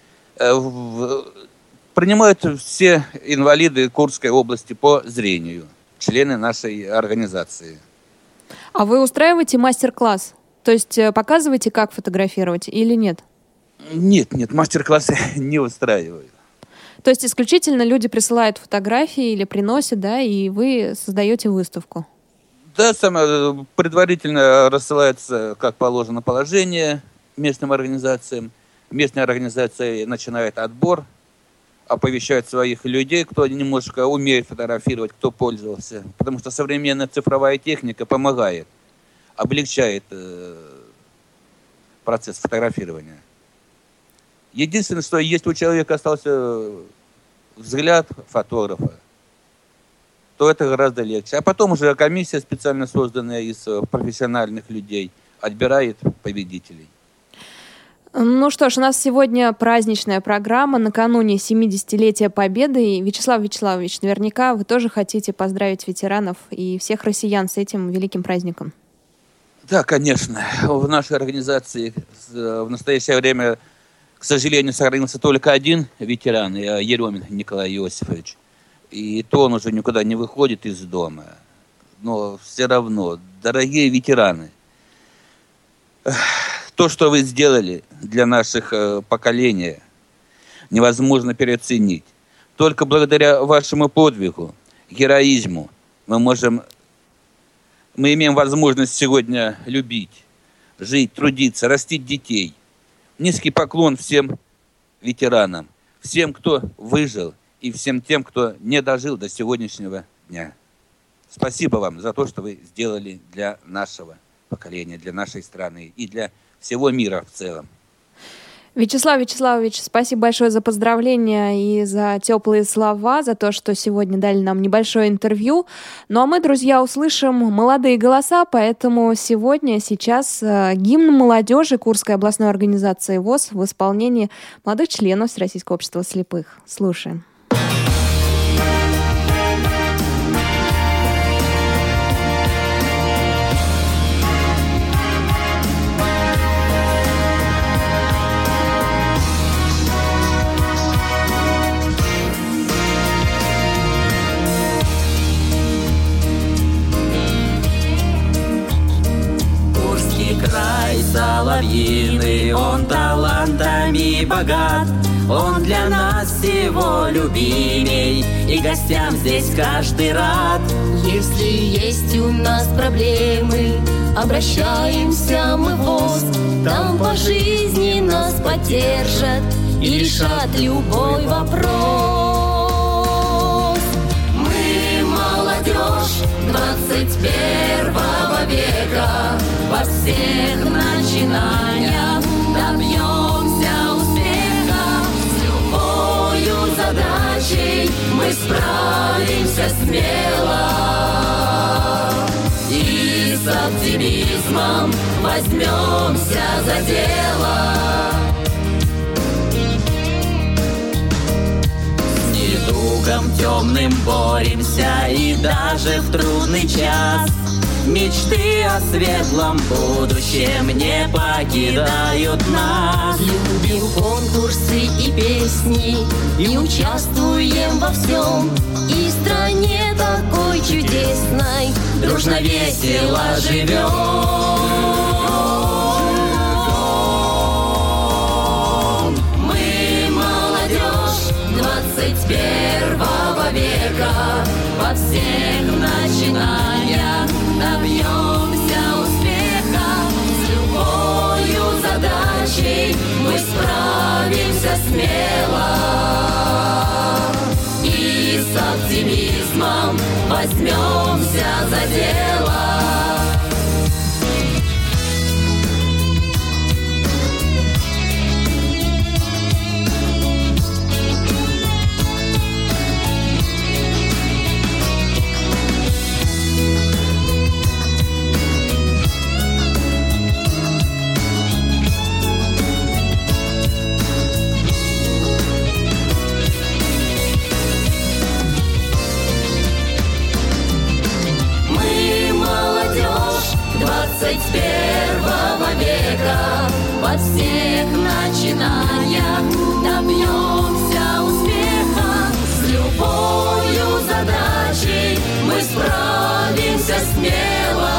Принимают все инвалиды Курской области по зрению, члены нашей организации. А вы устраиваете мастер-класс? То есть показываете, как фотографировать или нет? Нет, нет, мастер-классы не устраиваю. То есть исключительно люди присылают фотографии или приносят, да, и вы создаете выставку? Да, само, предварительно рассылается, как положено, положение местным организациям. Местная организация начинает отбор, оповещает своих людей, кто немножко умеет фотографировать, кто пользовался. Потому что современная цифровая техника помогает, облегчает э, процесс фотографирования. Единственное, что если у человека остался взгляд фотографа, то это гораздо легче. А потом уже комиссия, специально созданная из профессиональных людей, отбирает победителей. Ну что ж, у нас сегодня праздничная программа накануне семидесятилетия Победы. И, Вячеслав Вячеславович, наверняка вы тоже хотите поздравить ветеранов и всех россиян с этим великим праздником. Да, конечно. В нашей организации в настоящее время, к сожалению, сохранился только один ветеран, Еремин Николай Иосифович. И то он уже никуда не выходит из дома. Но все равно, дорогие ветераны, то, что вы сделали для наших э, поколений, невозможно переоценить. Только благодаря вашему подвигу, героизму, мы можем, мы имеем возможность сегодня любить, жить, трудиться, растить детей. Низкий поклон всем ветеранам, всем, кто выжил, и всем тем, кто не дожил до сегодняшнего дня. Спасибо вам за то, что вы сделали для нашего поколения, для нашей страны и для всего мира в целом. Вячеслав Вячеславович, спасибо большое за поздравления и за теплые слова, за то, что сегодня дали нам небольшое интервью. Ну а мы, друзья, услышим молодые голоса, поэтому сегодня, сейчас гимн молодежи Курской областной организации ВОС в исполнении молодых членов Всероссийского общества слепых. Слушаем. нами богат. Он для нас всего любимей, и гостям здесь каждый рад. Если есть у нас проблемы, обращаемся мы в ВОС. Там по жизни нас поддержат и решат любой вопрос. Мы молодежь двадцать первого века, во всех начинаниях добьемся успеха. С любою задачей мы справимся смело и с оптимизмом возьмемся за дело. С недугом темным боремся, и даже в трудный час мечты о светлом будущем не покидают нас. Любим конкурсы и песни, и участвуем во всем. И в стране такой чудесной дружно весело живем. Мы молодежь двадцать первого века, во всех начинаниях добьемся успеха. С любою задачей мы справимся смело и с оптимизмом возьмемся за дело. двадцать первого века, во всех начинаниях добьемся успеха. С любою задачей мы справимся смело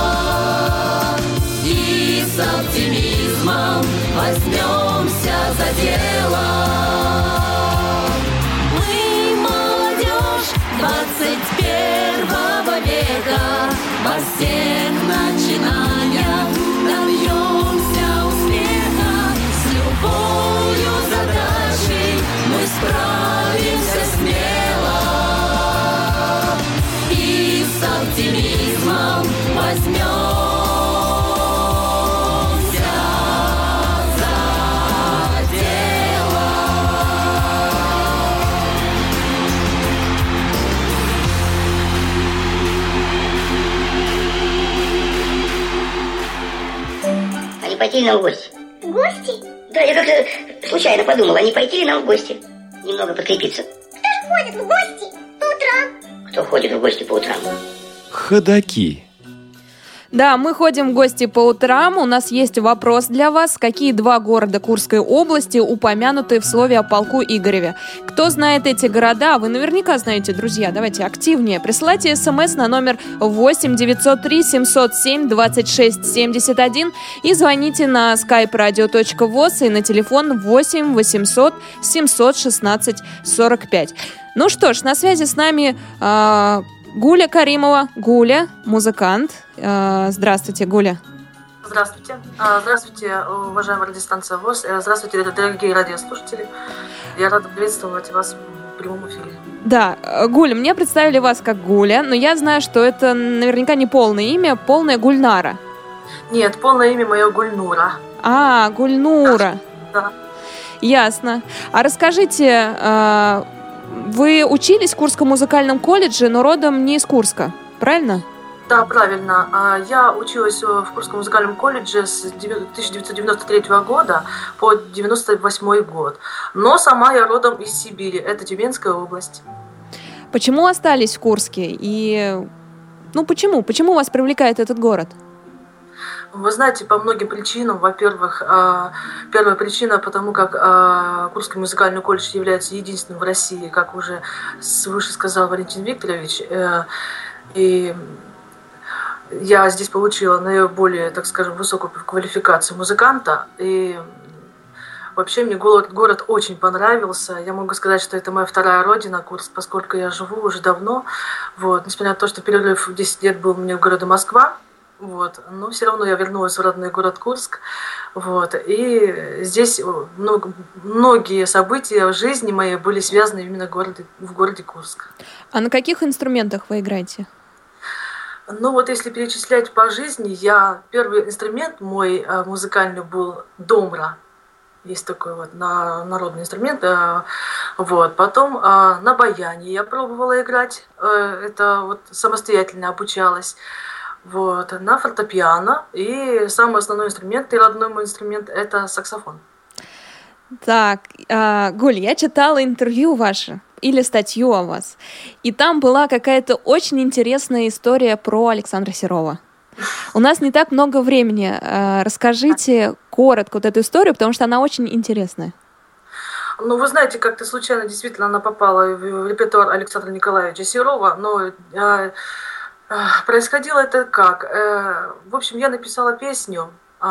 и с оптимизмом возьмемся за дело. Мы молодежь двадцать первого века, во всех начинаниях добьемся успеха. С любою задачей мы справимся смело и с оптимизмом возьмемся за дело. Не пойти ли нам в гости? В гости? Да, я как-то случайно подумала, не пойти ли нам в гости? Немного подкрепиться. Кто же ходит в гости по утрам? Кто ходит в гости по утрам? Ходаки. Да, мы ходим в гости по утрам. У нас есть вопрос для вас. Какие два города Курской области упомянуты в слове о полку Игореве? Кто знает эти города? Вы наверняка знаете, друзья. Давайте активнее. Присылайте смс на номер восемь девятьсот три семьсот семь двадцать шесть семьдесят один и звоните на skype radio точка voz и на телефон восемь восемьсот семьсот шестнадцать сорок пять. Ну что ж, на связи с нами... Э- Гуля Каримова. Гуля, музыкант. Здравствуйте, Гуля. Здравствуйте. Здравствуйте, уважаемая радиостанция ВОС. Здравствуйте, дорогие радиослушатели. Я рада приветствовать вас в прямом эфире. Да, Гуля, мне представили вас как Гуля, но я знаю, что это наверняка не полное имя, полное Гульнара. Нет, полное имя мое Гульнура. А, Гульнура. Да. Ясно. А расскажите... Вы учились в Курском музыкальном колледже, но родом не из Курска, правильно? Да, правильно. Я училась в Курском музыкальном колледже с тысяча девятьсот девяносто третьего года по девяносто восьмой год. Но сама я родом из Сибири, это Тюменская область. Почему остались в Курске? И, ну, почему? Почему вас привлекает этот город? Вы знаете, по многим причинам. Во-первых, первая причина, потому как Курский музыкальный колледж является единственным в России, как уже свыше сказал Валентин Викторович. И я здесь получила наиболее, так скажем, высокую квалификацию музыканта. И Вообще мне город, город очень понравился. Я могу сказать, что это моя вторая родина, Курск, поскольку я живу уже давно. Вот. Несмотря на то, что перерыв в десять лет был мне в городе Москва, вот, но все равно я вернулась в родной город Курск. Вот. И здесь много, многие события в жизни моей были связаны именно в городе, в городе Курск. А на каких инструментах вы играете? Ну вот если перечислять по жизни, я первый инструмент мой музыкальный был домра. Есть такой вот на, народный инструмент. Вот. Потом на баяне я пробовала играть. Это вот самостоятельно обучалась. Вот, на фортепиано. И самый основной инструмент, и родной мой инструмент, это саксофон. Так, э, Гуль, я читала интервью ваше, или статью о вас, и там была какая-то очень интересная история про Александра Серова. У нас не так много времени. Э, расскажите коротко вот эту историю, потому что она очень интересная. Ну, вы знаете, как-то случайно действительно она попала в репертуар Александра Николаевича Серова, но... Э, Происходило это как? В общем, я написала песню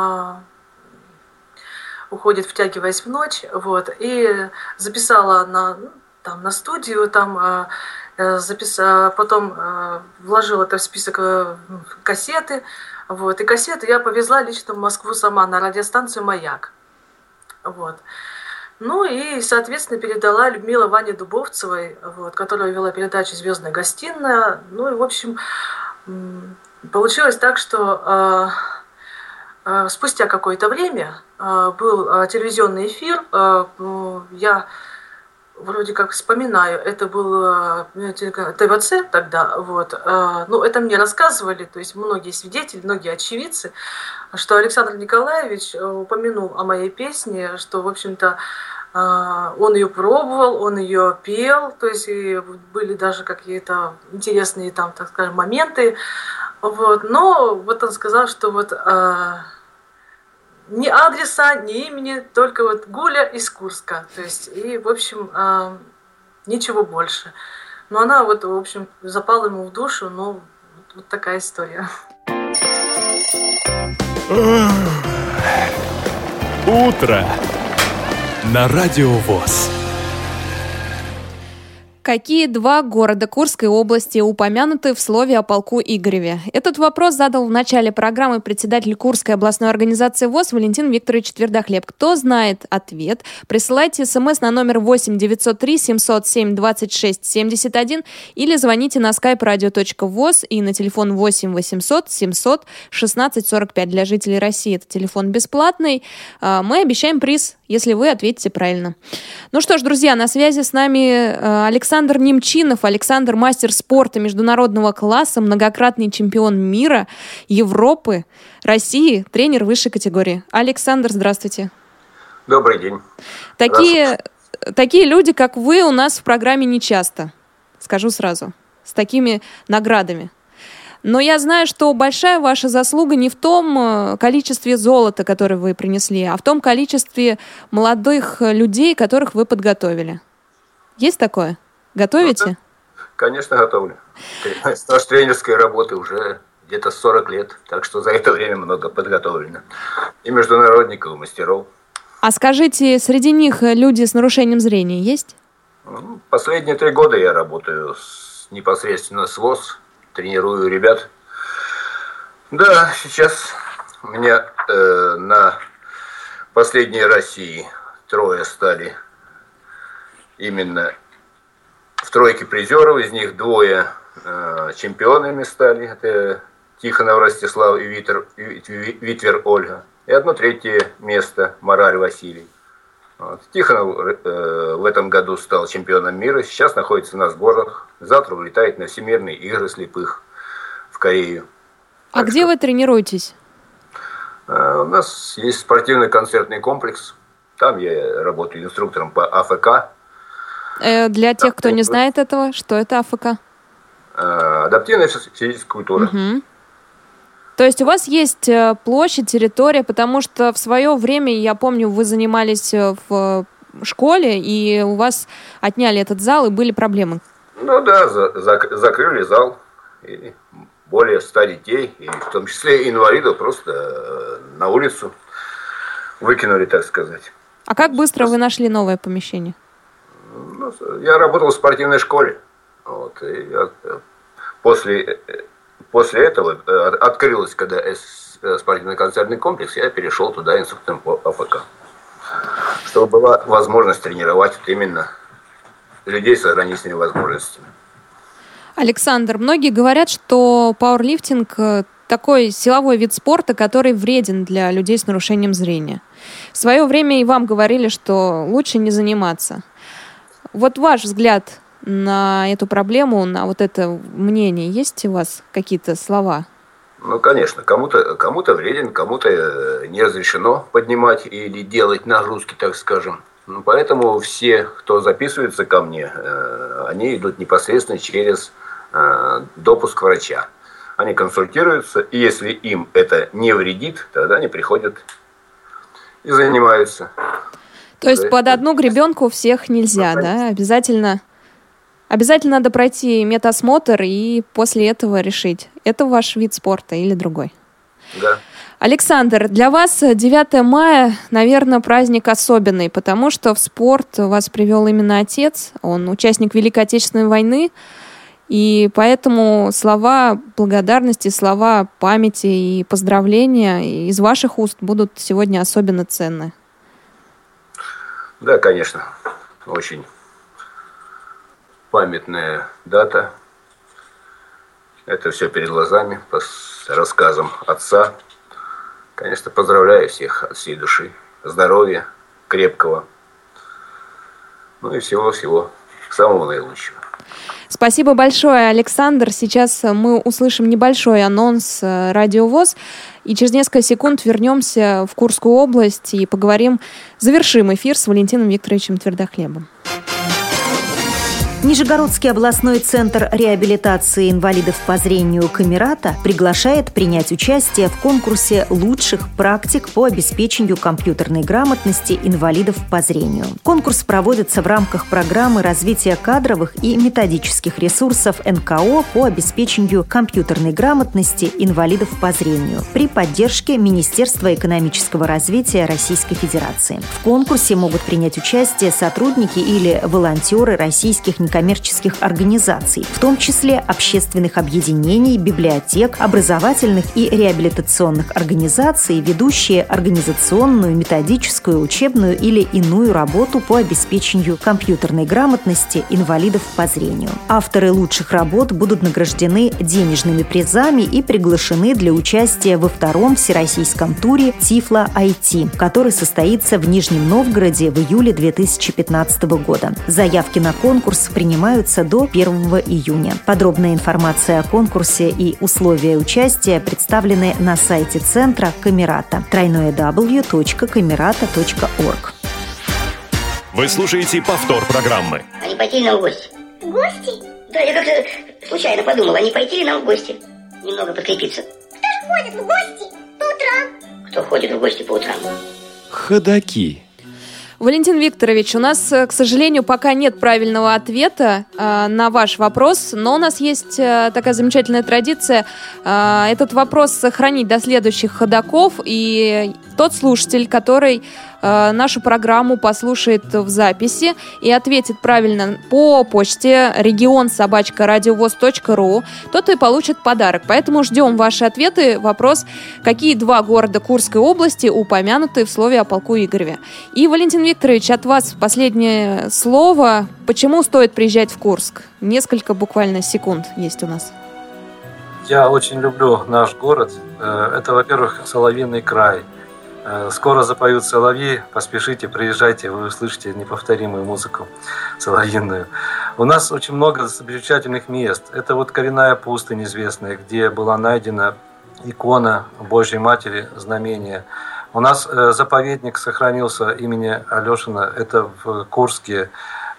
«Уходит, втягиваясь в ночь», вот, и записала на, там, на студию, там, записала, потом вложила это в список кассеты, вот, и кассеты я повезла лично в Москву сама на радиостанцию «Маяк». Вот. Ну и, соответственно, передала Людмила Ване Дубовцевой, вот, которая вела передачу «Звездная гостиная». Ну и, в общем, получилось так, что э, э, спустя какое-то время э, был э, телевизионный эфир. Э, э, я вроде как вспоминаю, это был э, ТВЦ тогда. Вот, э, ну, это мне рассказывали, то есть многие свидетели, многие очевидцы, что Александр Николаевич упомянул о моей песне, что, в общем-то, он ее пробовал, он ее пел, то есть и были даже какие-то интересные там, так скажем, моменты. Вот. Но вот он сказал, что вот а, ни адреса, ни имени, только вот Гуля из Курска. То есть, и, в общем, а, ничего больше. Но она вот, в общем, запала ему в душу, но вот, вот такая история. Утро на Радио ВОС. Какие два города Курской области упомянуты в слове о полку Игореве? Этот вопрос задал в начале программы председатель Курской областной организации ВОС Валентин Викторович Твердохлеб. Кто знает ответ, присылайте смс на номер восемь девятьсот три семьсот семь двадцать шесть семьдесят один или звоните на skype radio точка voz и на телефон восемь восемьсот семьсот шестнадцать сорок пять. Для жителей России это телефон бесплатный. Мы обещаем приз, если вы ответите правильно. Ну что ж, друзья, на связи с нами Александр Александр Немчинов. Александр — мастер спорта международного класса, многократный чемпион мира, Европы, России, тренер высшей категории. Александр, здравствуйте. Добрый день. Такие, такие люди, как вы, у нас в программе нечасто, скажу сразу, с такими наградами. Но я знаю, что большая ваша заслуга не в том количестве золота, которое вы принесли, а в том количестве молодых людей, которых вы подготовили. Есть такое? Готовите? Ну, да. Конечно, готовлю. Стаж тренерской работы уже где-то сорок лет, так что за это время много подготовлено. И международников, и мастеров. А скажите, среди них люди с нарушением зрения есть? Ну, последние три года я работаю с, непосредственно с ВОС, тренирую ребят. Да, сейчас у меня э, на последней России трое стали именно в тройке призеров, из них двое э, чемпионами стали, это Тихонов Ростислав и Витер, Витвер Ольга, и одно третье место Мораль Василий. Вот. Тихонов э, в этом году стал чемпионом мира, сейчас находится на сборах, завтра улетает на Всемирные игры слепых в Корею. А так где что... вы тренируетесь? Э, у нас есть спортивный концертный комплекс, там я работаю инструктором по АФК. Для тех, кто не знает этого, что это АФК? Адаптивная физическая культура. Угу. То есть у вас есть площадь, территория, потому что в свое время, я помню, вы занимались в школе, и у вас отняли этот зал, и были проблемы. Ну да, за, за, закрыли зал, и более ста детей, и в том числе инвалидов, просто на улицу выкинули, так сказать. А как быстро вы нашли новое помещение? Ну, я работал в спортивной школе. Вот, и я, после, после этого открылся, когда спортивный концертный комплекс, я перешел туда инструктором по АФК. Чтобы была возможность тренировать вот именно людей с ограниченными возможностями. Александр, многие говорят, что пауэрлифтинг такой силовой вид спорта, который вреден для людей с нарушением зрения. В свое время и вам говорили, что лучше не заниматься. Вот ваш взгляд на эту проблему, на вот это мнение, есть у вас какие-то слова? Ну, конечно, кому-то, кому-то вреден, кому-то не разрешено поднимать или делать нагрузки, так скажем. Ну, поэтому все, кто записывается ко мне, они идут непосредственно через допуск врача. Они консультируются, и если им это не вредит, тогда они приходят и занимаются. То есть под одну гребенку всех нельзя, ну, да? Обязательно, обязательно надо пройти медосмотр и после этого решить, это ваш вид спорта или другой. Да. Александр, для вас девятое мая, наверное, праздник особенный, потому что в спорт вас привел именно отец, он участник Великой Отечественной войны, и поэтому слова благодарности, слова памяти и поздравления из ваших уст будут сегодня особенно ценны. Да, конечно, очень памятная дата. Это все перед глазами, по рассказам отца. Конечно, поздравляю всех от всей души. Здоровья, крепкого. Ну и всего-всего самого наилучшего. Спасибо большое, Александр. Сейчас мы услышим небольшой анонс Радио ВОС. И через несколько секунд вернемся в Курскую область и поговорим, завершим эфир с Валентином Викторовичем Твердохлебом. Нижегородский областной центр реабилитации инвалидов по зрению «Камерата» приглашает принять участие в конкурсе лучших практик по обеспечению компьютерной грамотности инвалидов по зрению. Конкурс проводится в рамках программы развития кадровых и методических ресурсов эн ка о по обеспечению компьютерной грамотности инвалидов по зрению при поддержке Министерства экономического развития Российской Федерации. В конкурсе могут принять участие сотрудники или волонтеры российских некоммерческих организаций, в том числе общественных объединений, библиотек, образовательных и реабилитационных организаций, ведущие организационную, методическую, учебную или иную работу по обеспечению компьютерной грамотности инвалидов по зрению. Авторы лучших работ будут награждены денежными призами и приглашены для участия во втором всероссийском туре Тифло ай ти, который состоится в Нижнем Новгороде в июле две тысячи пятнадцатого года. Заявки на конкурс принимаются до первого июня. Подробная информация о конкурсе и условия участия представлены на сайте центра «Камерата» дабл ю дабл ю дабл ю точка камерата точка орг. Вы слушаете повтор программы. А не пойти ли нам в гости? В гости? Да, я как-то случайно подумала, а не пойти ли нам в гости? Немного подкрепиться. Кто же ходит в гости по утрам? Кто ходит в гости по утрам? Ходаки. Валентин Викторович, у нас, к сожалению, пока нет правильного ответа э, на ваш вопрос, но у нас есть э, такая замечательная традиция э, этот вопрос сохранить до следующих ходаков, и тот слушатель, который э, нашу программу послушает в записи и ответит правильно по почте регион собака радиовоз точка ру, тот и получит подарок. Поэтому ждем ваши ответы. Вопрос: какие два города Курской области упомянуты в слове о полку Игореве? И, Валентин Викторович, от вас последнее слово. Почему стоит приезжать в Курск? Несколько буквально секунд есть у нас. Я очень люблю наш город. Это, во-первых, соловьиный край. Скоро запоют соловьи, поспешите, приезжайте, вы услышите неповторимую музыку соловьиную. У нас очень много замечательных мест. Это вот коренная пустынь известная, где была найдена икона Божьей Матери, знамение. У нас заповедник сохранился имени Алешина, это в Курске.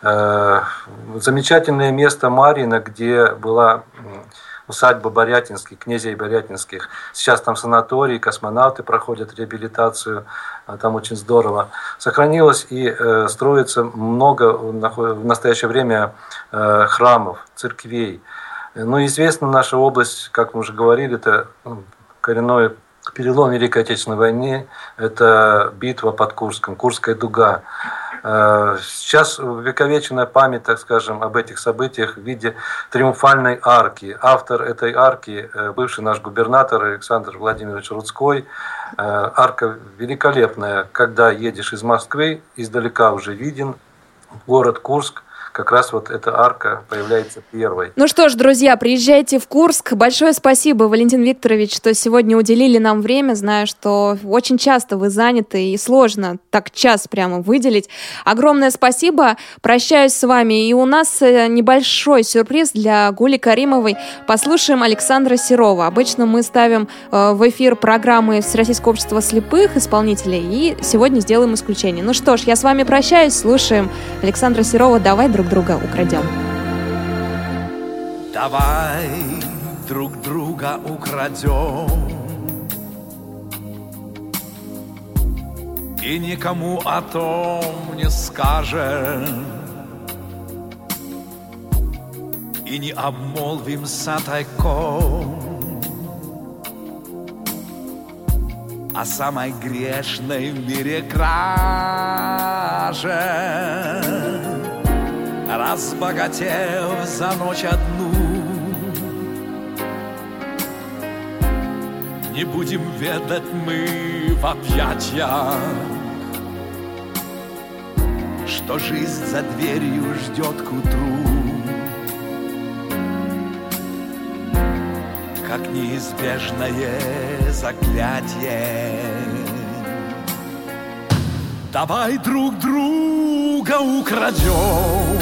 Замечательное место Марьино, где была усадьба Борятинских, князей Борятинских. Сейчас там санаторий, космонавты проходят реабилитацию, там очень здорово. Сохранилось и э, строится много в настоящее время э, храмов, церквей. Ну, известна наша область, как мы уже говорили, это коренное перелом Великой Отечественной войны – это битва под Курском, Курская дуга. Сейчас увековеченная память, так скажем, об этих событиях в виде триумфальной арки. Автор этой арки – бывший наш губернатор Александр Владимирович Рудской. Арка великолепная. Когда едешь из Москвы, издалека уже виден город Курск. Как раз вот эта арка появляется первой. Ну что ж, друзья, приезжайте в Курск. Большое спасибо, Валентин Викторович, что сегодня уделили нам время. Знаю, что очень часто вы заняты и сложно так час прямо выделить. Огромное спасибо. Прощаюсь с вами. И у нас небольшой сюрприз для Гули Каримовой. Послушаем Александра Серова. Обычно мы ставим в эфир программы Всероссийского общества слепых исполнителей. И сегодня сделаем исключение. Ну что ж, я с вами прощаюсь. Слушаем Александра Серова. Давай друг друга украдем. Давай друг друга украдем и никому о том не скажем, и не обмолвимся тайком о самой грешной в мире краже. Разбогатев за ночь одну, не будем ведать мы в объятиях, что жизнь за дверью ждет к утру, как неизбежное заклятие. Давай друг друга украдем,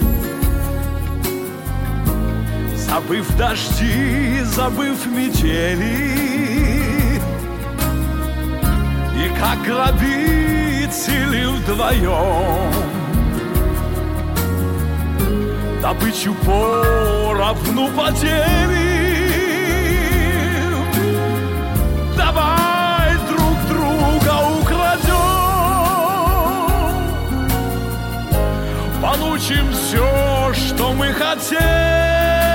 забыв дожди, забыв метели, и как грабители вдвоем добычу поровну поделим. Давай друг друга украдем, получим все, что мы хотели.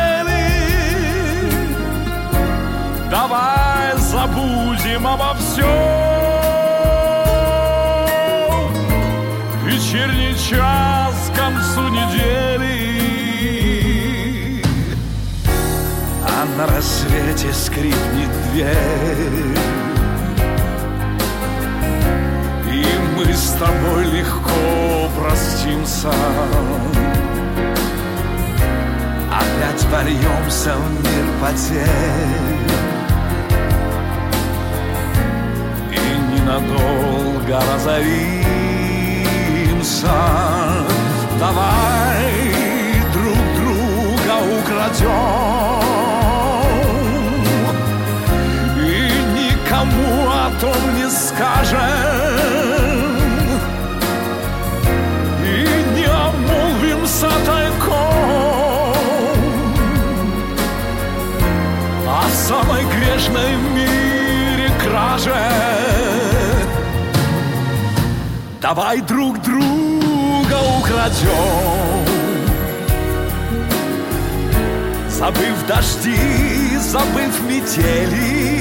Давай забудем обо всем. Вечерний час к концу недели, а на рассвете скрипнет дверь, и мы с тобой легко простимся. Опять вольемся в мир потерь и ненадолго разоримся. Давай друг друга украдем и никому о том не скажем, и не обмолвимся тайком о самой грешной в мире краже. Давай друг друга украдем, забыв дожди, забыв метели,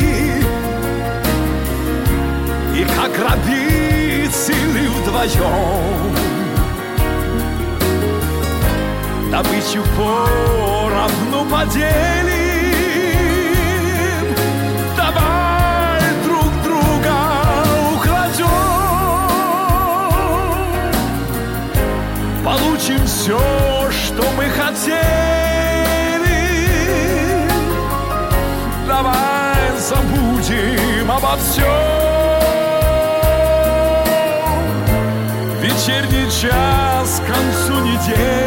и как грабители вдвоем добычу поровну поделим. Давай друг друга украдем, получим все, что мы хотели. Давай забудем обо всем. Вечерний час к концу недели,